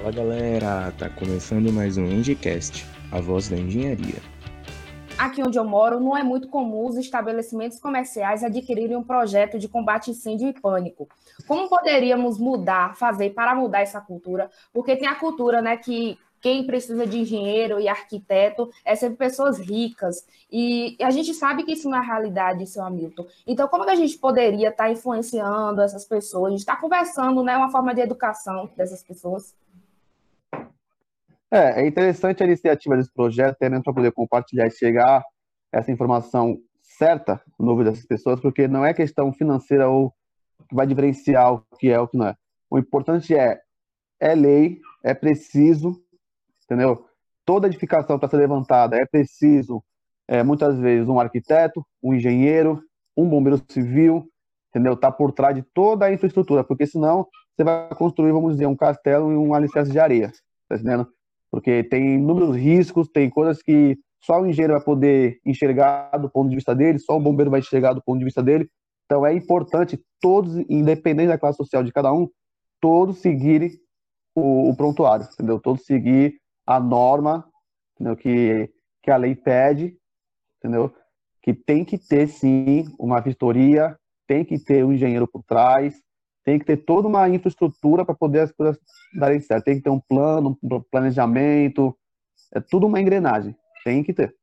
Fala galera, tá começando mais um Engicast, a voz da engenharia. Aqui onde eu moro, não é muito comum os estabelecimentos comerciais adquirirem um projeto de combate a incêndio e pânico. Como poderíamos fazer para mudar essa cultura? Porque tem a cultura, né, que quem precisa de engenheiro e arquiteto é sempre pessoas ricas. E a gente sabe que isso não é realidade, seu Hamilton. Então, como que a gente poderia estar influenciando essas pessoas? A gente está conversando, né, uma forma de educação dessas pessoas. É interessante a iniciativa desse projeto, né, para poder compartilhar e chegar essa informação certa no ouvido dessas pessoas, porque não é questão financeira ou que vai diferenciar o que é o que não é. O importante é lei, é preciso, entendeu? Toda edificação para ser levantada é preciso, muitas vezes, um arquiteto, um engenheiro, um bombeiro civil, entendeu? Tá por trás de toda a infraestrutura, porque senão você vai construir, vamos dizer, um castelo e um alicerce de areia, tá entendendo? Porque tem inúmeros riscos, tem coisas que só o engenheiro vai poder enxergar do ponto de vista dele, só o bombeiro vai enxergar do ponto de vista dele. Então é importante todos, independente da classe social de cada um, todos seguirem o prontuário, entendeu? Todos seguir a norma, entendeu? Que a lei pede, entendeu? Que tem que ter, sim, uma vistoria, tem que ter um engenheiro por trás, tem que ter toda uma infraestrutura para poder as coisas darem certo. Tem que ter um plano, um planejamento, é tudo uma engrenagem, tem que ter.